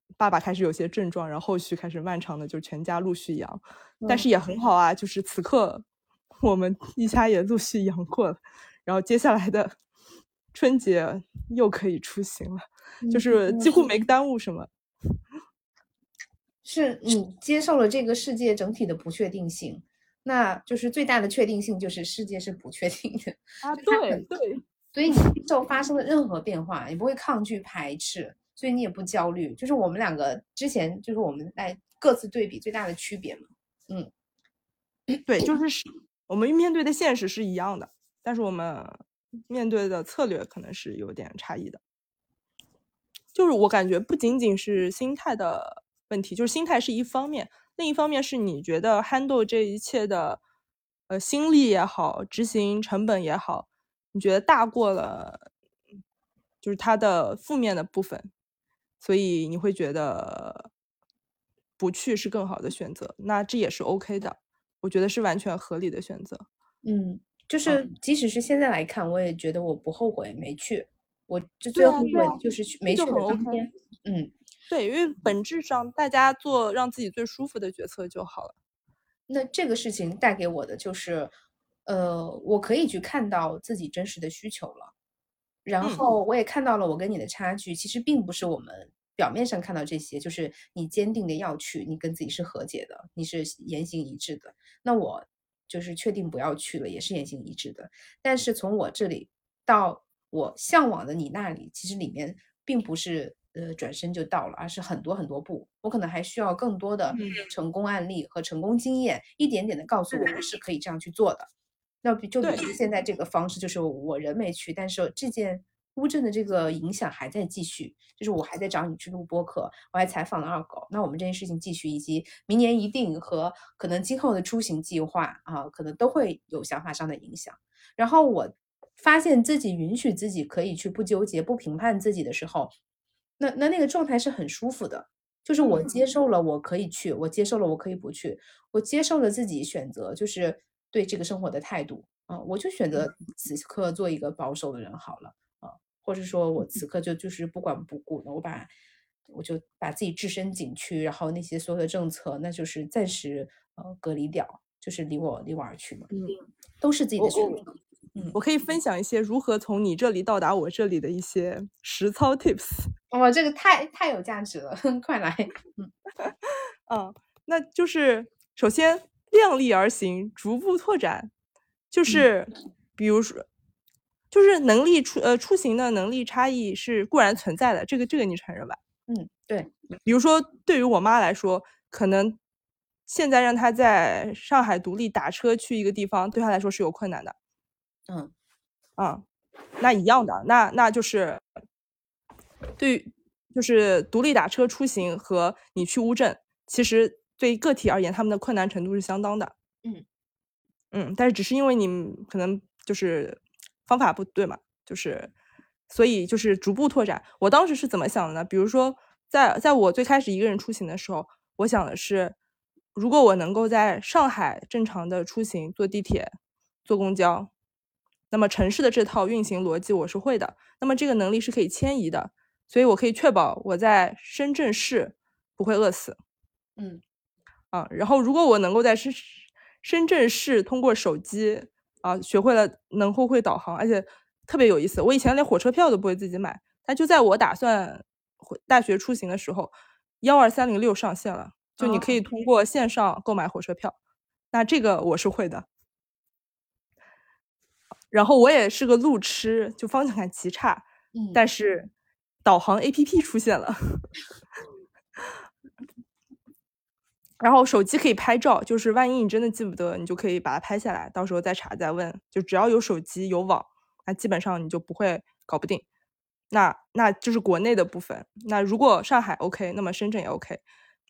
爸爸开始有些症状，然后后续开始漫长的就全家陆续阳， 嗯但是也很好啊，就是此刻我们一家也陆续阳过了，然后接下来的春节又可以出行了，就是几乎没耽误什么。 是你接受了这个世界整体的不确定性，那就是最大的确定性就是世界是不确定的啊，对对， 所以你接受发生的任何变化，你不会抗拒排斥，所以你也不焦虑。就是我们两个之前就是我们来各自对比最大的区别嘛。嗯， 对，就是我们面对的现实是一样的，但是我们面对的策略可能是有点差异的。就是我感觉不仅仅是心态的问题，就是心态是一方面，另一方面是你觉得 handle 这一切的呃心力也好，执行成本也好，你觉得大过了就是它的负面的部分，所以你会觉得不去是更好的选择，那这也是 OK 的，我觉得是完全合理的选择。 嗯，就是即使是现在来看，我也觉得我不后悔没去。我就对啊最后一对啊个就是去没去这就很的当 OK 天，嗯， 对，因为本质上大家做让自己最舒服的决策就好了。 那这个事情带给我的就是，呃，我可以去看到自己真实的需求了，然嗯后我也看到了我跟你的差距，其实并不是我们表面上看到这些，就是你坚定的要去，你跟自己是和解的，你是言行一致的。那我就是确定不要去了，也是言行一致的。但是从我这里到我向往的你那里，其实里面并不是呃转身就到了，而是很多很多步。我可能还需要更多的成功案例和成功经验，一点点的告诉我我是可以这样去做的。那比就比对如现在这个方式，就是我人没去，但是这件乌镇的这个影响还在继续，就是我还在找你去录播客，我还采访了二狗，那我们这件事情继续，以及明年一定和可能今后的出行计划啊，可能都会有想法上的影响。然后我发现自己允许自己可以去不纠结、不评判自己的时候，那那那个状态是很舒服的。就是我接受了我可以去，我接受了我可以不去，我接受了自己选择，就是对这个生活的态度啊，我就选择此刻做一个保守的人好了啊，或者说我此刻就就是不管不顾的，我把我就把自己置身景区，然后那些所有的政策，那就是暂时呃隔离掉，就是离我离我而去嘛， 嗯， 都是自己的选择。 我可以分享一些如何从你这里到达我这里的一些实操 tips。 哇，这个太太有价值了，快来！嗯嗯，那就是首先量力而行，逐步拓展，就是比如说，就是能力出呃出行的能力差异是固然存在的，这个这个你承认吧？ 嗯，对， 比如说对于我妈来说，可能现在让她在上海独立打车去一个地方，对她来说是有困难的。 嗯嗯，那一样的，那那就是对于就是独立打车出行和你去乌镇，其实对于个体而言，他们的困难程度是相当的。 嗯嗯，但是只是因为你可能就是方法不对嘛，就是所以就是逐步拓展。我当时是怎么想的呢？比如说在在我最开始一个人出行的时候，我想的是，如果我能够在上海正常的出行，坐地铁、坐公交，那么城市的这套运行逻辑我是会的，那么这个能力是可以迁移的，所以我可以确保我在深圳市不会饿死。 嗯啊，然后如果我能够在深深圳市通过手机啊学会了能后会导航，而且特别有意思，我以前连火车票都不会自己买，但就在我打算回大学出行的时候，幺二三零六上线了，就你可以通过线上购买火车票，那这个我是会的。然后我也是个路痴，就方向感极差， 嗯， 但是导航 A P P 出现了。然后手机可以拍照，就是万一你真的记不得，你就可以把它拍下来，到时候再查再问。就只要有手机有网，那基本上你就不会搞不定。那那就是国内的部分。那如果上海 OK，那么深圳也 OK。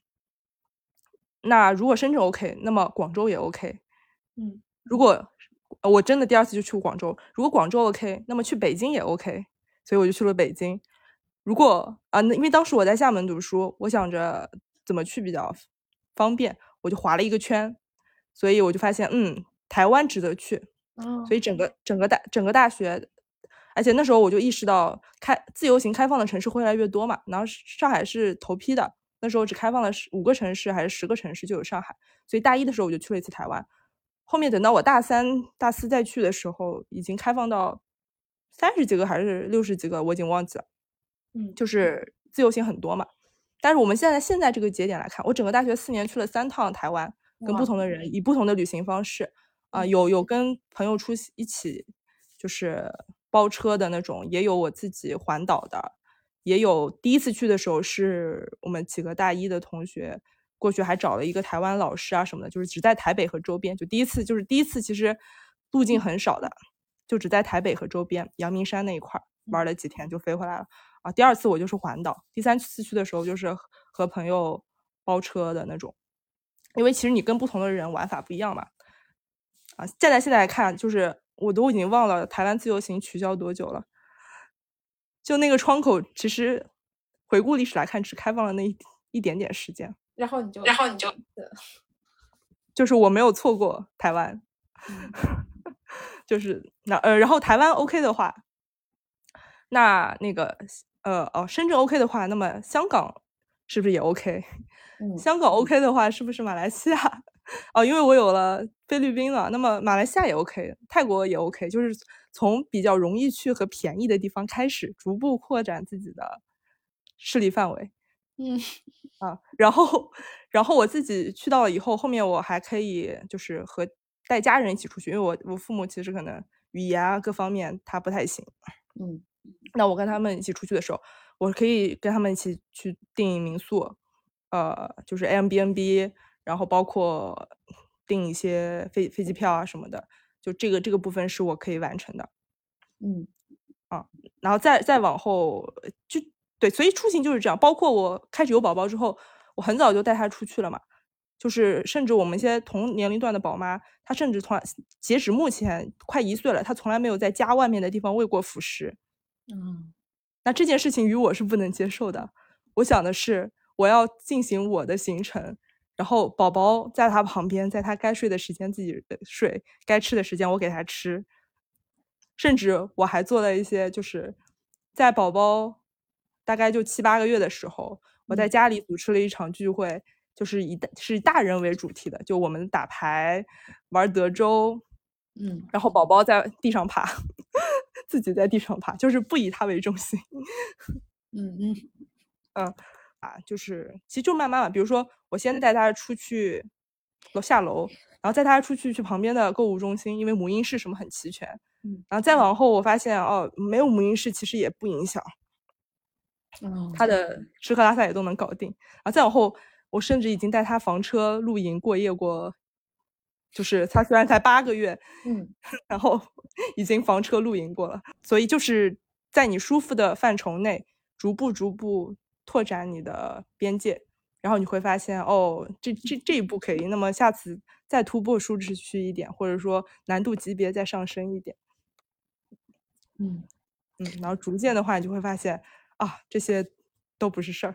那如果深圳 OK，那么广州也 OK。 嗯， 如果我真的第二次就去广州，如果广州 OK，那么去北京也 OK，所以我就去了北京。如果啊，那因为当时我在厦门读书，我想着怎么去比较方便，我就划了一个圈，所以我就发现，嗯，台湾值得去， 哦， 所以整个整个大整个大学， 而且那时候我就意识到开自由行开放的城市会越来越多嘛，然后上海是头批的，那时候只开放了五个城市还是十个城市就有上海，所以大一的时候我就去了一次台湾，后面等到我大三大四再去的时候已经开放到三十几个还是六十几个我已经忘记了， 嗯， 就是自由行很多嘛。但是我们现在现在这个节点来看，我整个大学四年去了三趟台湾，跟不同的人以不同的旅行方式啊、呃，有有跟朋友出一起就是包车的那种，也有我自己环岛的，也有第一次去的时候是我们几个大一的同学过去，还找了一个台湾老师啊什么的，就是只在台北和周边，就第一次就是第一次其实路径很少的，就只在台北和周边阳明山那一块玩了几天就飞回来了啊。第二次我就是环岛，第三次去的时候就是和朋友包车的那种，因为其实你跟不同的人玩法不一样嘛。啊，站在现在来看，就是我都已经忘了台湾自由行取消多久了，就那个窗口，其实回顾历史来看，只开放了那一一点点时间。 然后你就， 然后你就， 就是我没有错过台湾， 嗯、 就是那呃，然后台湾 OK 的话，那那个呃哦，深圳 OK 的话，那么香港是不是也 OK？ 嗯， 香港 OK 的话，是不是马来西亚？哦，因为我有了菲律宾了，那么马来西亚也 OK， 泰国也 OK， 就是从比较容易去和便宜的地方开始，逐步扩展自己的势力范围。 嗯啊，然后然后我自己去到了以后，后面我还可以就是和带家人一起出去，因为我我父母其实可能语言啊各方面他不太行。 嗯， 那我跟他们一起出去的时候，我可以跟他们一起去订民宿，呃，就是 Airbnb， 然后包括订一些飞飞机票啊什么的，就这个这个部分是我可以完成的。 嗯， 啊，然后再再往后就对，所以出行就是这样。包括我开始有宝宝之后，我很早就带他出去了嘛，就是甚至我们一些同年龄段的宝妈，她甚至从来截止目前快一岁了，她从来没有在家外面的地方喂过辅食。 嗯， 那这件事情与我是不能接受的。我想的是，我要进行我的行程，然后宝宝在他旁边，在他该睡的时间自己睡，该吃的时间我给他吃。甚至我还做了一些，就是在宝宝大概就七八个月的时候，我在家里组织了一场聚会，就是以是以大人为主题的，就我们打牌、玩德州， 嗯， 然后宝宝在地上爬，自己在地上爬，就是不以他为中心。 嗯嗯嗯啊，就是其实就慢慢嘛，比如说我先带他出去楼下楼，然后带他出去去旁边的购物中心，因为母婴室什么很齐全。 嗯， 然后再往后，我发现哦，没有母婴室其实也不影响， 哦， 他的吃喝拉撒也都能搞定。然后再往后，我甚至已经带他房车露营过夜过，就是他虽然才八个月， 嗯， 然后已经房车露营过了。所以就是在你舒服的范畴内，逐步逐步拓展你的边界，然后你会发现哦，这这这一步可以，那么下次再突破舒适区一点，或者说难度级别再上升一点。 嗯嗯，然后逐渐的话，你就会发现啊，这些都不是事儿。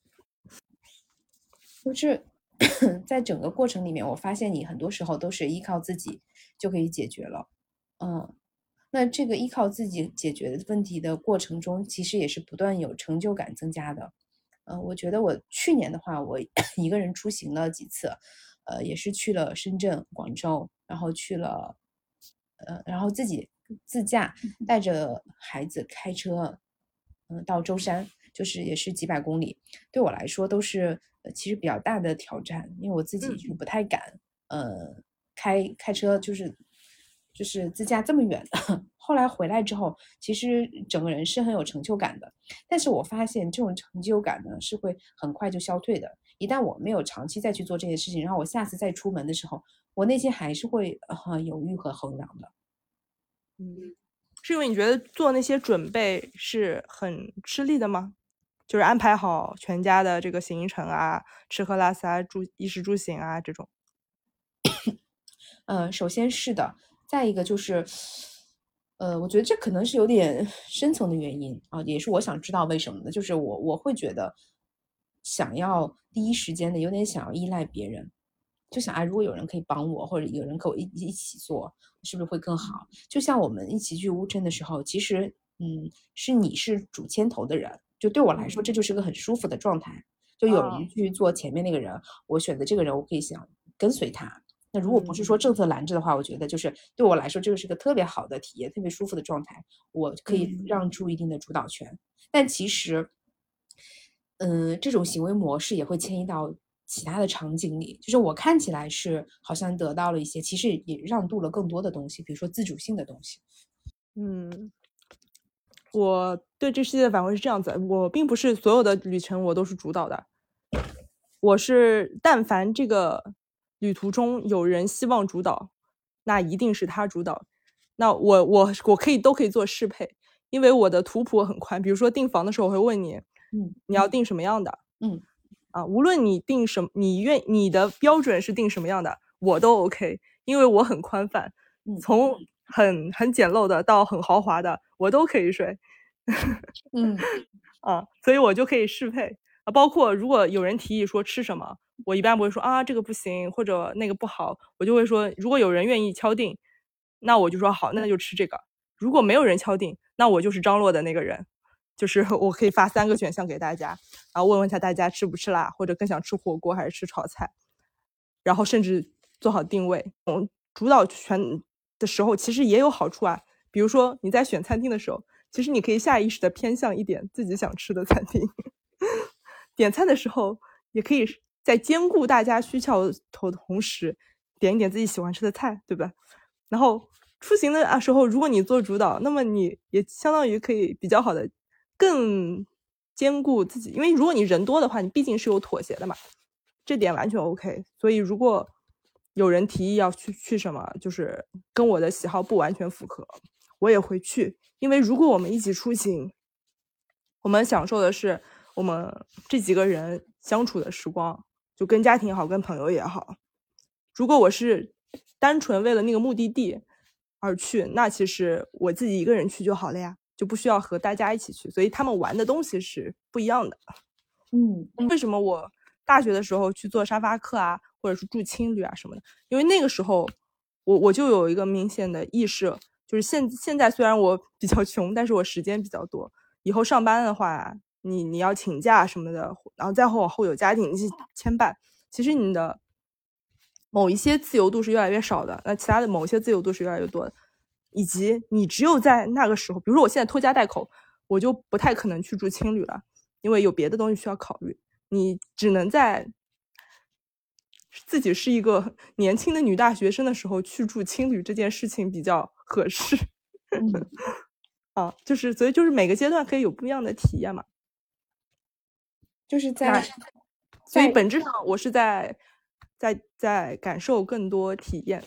就是在整个过程里面，我发现你很多时候都是依靠自己就可以解决了。嗯，那这个依靠自己解决问题的过程中，其实也是不断有成就感增加的。嗯，我觉得我去年的话，我一个人出行了几次，呃，也是去了深圳、广州，然后去了，呃，然后自己自驾带着孩子开车，嗯，到舟山，就是也是几百公里，对我来说都是呃其实比较大的挑战，因为我自己就不太敢，呃，开开车就是就是自驾这么远的。后来回来之后，其实整个人是很有成就感的，但是我发现这种成就感呢是会很快就消退的。一旦我没有长期再去做这些事情，然后我下次再出门的时候，我内心还是会呃犹豫和衡量的。 嗯，是因为你觉得做那些准备是很吃力的吗？就是安排好全家的这个行程啊，吃喝拉撒住衣食住行啊这种。 呃，首先是的，再一个就是，呃，我觉得这可能是有点深层的原因啊，也是我想知道为什么的，就是我我会觉得想要第一时间的有点想要依赖别人， 就想啊，如果有人可以帮我，或者有人跟我一一起做，是不是会更好？就像我们一起去乌镇的时候，其实嗯，是你是主牵头的人，就对我来说，这就是个很舒服的状态。就有人去做前面那个人，我选择这个人，我可以想跟随他。那如果不是说政策拦着的话，我觉得就是对我来说，这个是个特别好的体验，特别舒服的状态，我可以让出一定的主导权。但其实，嗯，这种行为模式也会迁移到其他的场景里，就是我看起来是好像得到了一些，其实也让渡了更多的东西，比如说自主性的东西。 嗯，我对这世界的反馈是这样子，我并不是所有的旅程我都是主导的，我是但凡这个旅途中有人希望主导，那一定是他主导。那我我我可以都可以做适配，因为我的图谱很宽。比如说订房的时候，我会问你， 嗯， 你要订什么样的？ 嗯， 啊，无论你订什么，你愿你的标准是订什么样的，我都 OK，因为我很宽泛，从很很简陋的到很豪华的，我都可以睡。 嗯， 啊，所以我就可以适配啊。包括如果有人提议说吃什么，我一般不会说啊这个不行或者那个不好，我就会说，如果有人愿意敲定，那我就说好，那就吃这个。如果没有人敲定，那我就是张罗的那个人，就是我可以发三个选项给大家，然后问问一下大家吃不吃辣，或者更想吃火锅还是吃炒菜，然后甚至做好定位。嗯，主导权的时候其实也有好处啊，比如说你在选餐厅的时候，其实你可以下意识的偏向一点自己想吃的餐厅。点餐的时候也可以在兼顾大家需求的同时点一点自己喜欢吃的菜，对吧？然后出行的时候如果你做主导，那么你也相当于可以比较好的更兼顾自己，因为如果你人多的话，你毕竟是有妥协的嘛，这点完全 OK。 所以如果有人提议要去去什么，就是跟我的喜好不完全符合，我也会去。因为如果我们一起出行，我们享受的是我们这几个人相处的时光，就跟家庭也好，跟朋友也好。如果我是单纯为了那个目的地而去，那其实我自己一个人去就好了呀，就不需要和大家一起去，所以他们玩的东西是不一样的。 嗯， 为什么我大学的时候去做沙发客啊，或者是住青旅啊什么的？因为那个时候我我就有一个明显的意识，就是现现在虽然我比较穷，但是我时间比较多，以后上班的话，你你要请假什么的，然后再往后有家庭牵绊，其实你的某一些自由度是越来越少的，那其他的某一些自由度是越来越多的，以及你只有在那个时候，比如说我现在拖家带口，我就不太可能去住青旅了，因为有别的东西需要考虑，你只能在自己是一个年轻的女大学生的时候去住青旅，这件事情比较合适。 嗯啊，就是所以就是每个阶段可以有不一样的体验嘛， 就是在， 所以本质上我是在在在感受更多体验。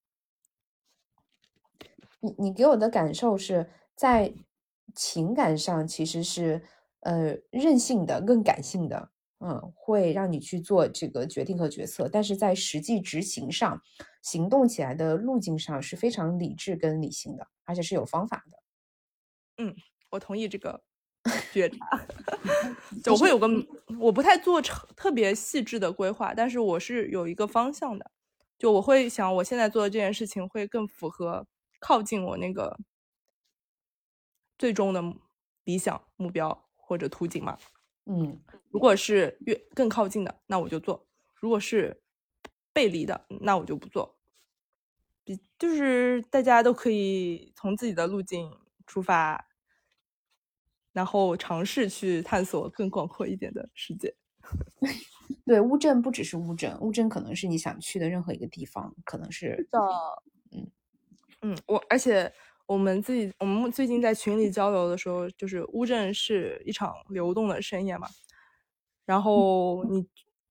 你你给我的感受是在情感上其实是呃任性的，更感性的，嗯，会让你去做这个决定和决策，但是在实际执行上，行动起来的路径上是非常理智跟理性的，而且是有方法的。 嗯，我同意这个觉察。就我会有个，我不太做特别细致的规划，但是我是有一个方向的，就我会想我现在做的这件事情会更符合靠近我那个最终的理想目标或者途径嘛。 嗯， 如果是越更靠近的，那我就做；如果是背离的，那我就不做。比就是大家都可以从自己的路径出发，然后尝试去探索更广阔一点的世界。 对，乌镇不只是乌镇，乌镇可能是你想去的任何一个地方，可能是的， 嗯嗯，我而且我们自己，我们最近在群里交流的时候，就是乌镇是一场流动的盛宴嘛，然后你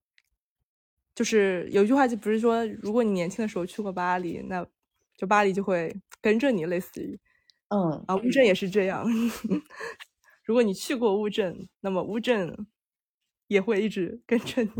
就是有一句话就不是说，如果你年轻的时候去过巴黎，那就巴黎就会跟着你，类似于， 嗯啊，乌镇也是这样。如果你去过乌镇，那么乌镇也会一直跟着你。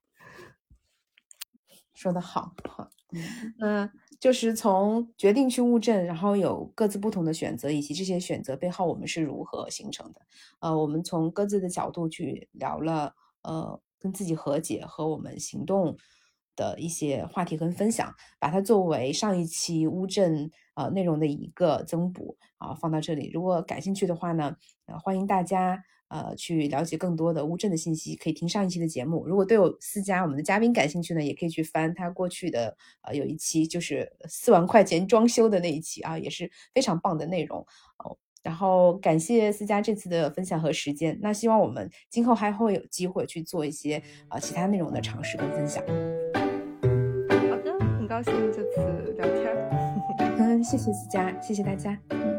说得好，好，嗯，就是从决定去乌镇，然后有各自不同的选择，以及这些选择背后我们是如何形成的。呃，我们从各自的角度去聊了，呃，跟自己和解和我们行动的一些话题跟分享，把它作为上一期乌镇呃内容的一个增补啊、呃、放到这里。如果感兴趣的话呢，呃欢迎大家呃去了解更多的乌镇的信息，可以听上一期的节目。如果对我思佳我们的嘉宾感兴趣呢，也可以去翻他过去的呃有一期就是四万块钱装修的那一期啊，也是非常棒的内容哦。然后感谢思佳这次的分享和时间，那希望我们今后还会有机会去做一些呃其他内容的尝试跟分享。 好的，很高兴这次聊天。 嗯，谢谢思佳，谢谢大家。 嗯